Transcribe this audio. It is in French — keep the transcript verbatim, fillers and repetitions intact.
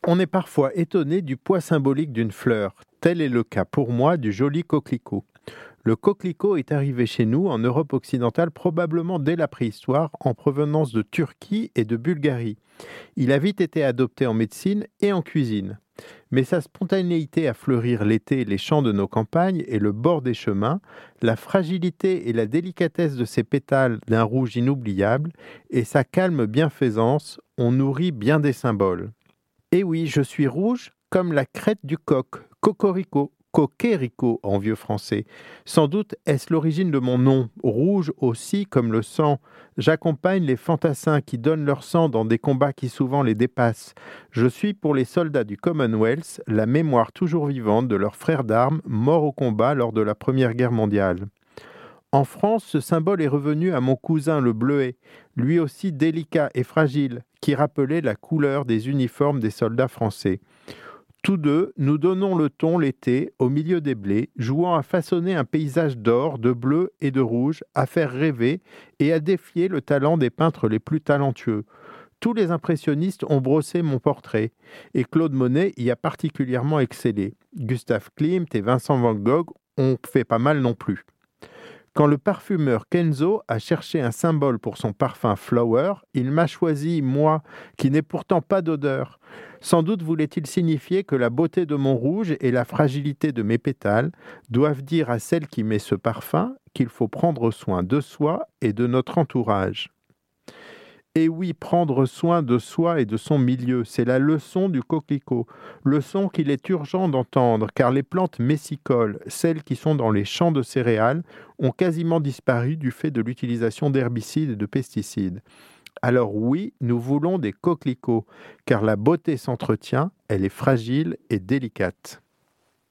On est parfois étonné du poids symbolique d'une fleur. Tel est le cas pour moi du joli coquelicot. Le coquelicot est arrivé chez nous en Europe occidentale probablement dès la préhistoire en provenance de Turquie et de Bulgarie. Il a vite été adopté en médecine et en cuisine. Mais sa spontanéité à fleurir l'été les champs de nos campagnes et le bord des chemins, la fragilité et la délicatesse de ses pétales d'un rouge inoubliable et sa calme bienfaisance ont nourri bien des symboles. Et oui, je suis rouge comme la crête du coq, cocorico, coquerico en vieux français. Sans doute est-ce l'origine de mon nom, rouge aussi comme le sang. J'accompagne les fantassins qui donnent leur sang dans des combats qui souvent les dépassent. Je suis pour les soldats du Commonwealth la mémoire toujours vivante de leurs frères d'armes morts au combat lors de la Première Guerre mondiale. En France, ce symbole est revenu à mon cousin le bleuet, lui aussi délicat et fragile, qui rappelait la couleur des uniformes des soldats français. Tous deux, nous donnons le ton l'été, au milieu des blés, jouant à façonner un paysage d'or, de bleu et de rouge, à faire rêver et à défier le talent des peintres les plus talentueux. Tous les impressionnistes ont brossé mon portrait, et Claude Monet y a particulièrement excellé. Gustave Klimt et Vincent van Gogh ont fait pas mal non plus. Quand le parfumeur Kenzo a cherché un symbole pour son parfum Flower, il m'a choisi, moi, qui n'ai pourtant pas d'odeur. Sans doute voulait-il signifier que la beauté de mon rouge et la fragilité de mes pétales doivent dire à celle qui met ce parfum qu'il faut prendre soin de soi et de notre entourage. Et oui, prendre soin de soi et de son milieu, c'est la leçon du coquelicot, leçon qu'il est urgent d'entendre, car les plantes messicoles, celles qui sont dans les champs de céréales, ont quasiment disparu du fait de l'utilisation d'herbicides et de pesticides. Alors oui, nous voulons des coquelicots, car la beauté s'entretient, elle est fragile et délicate.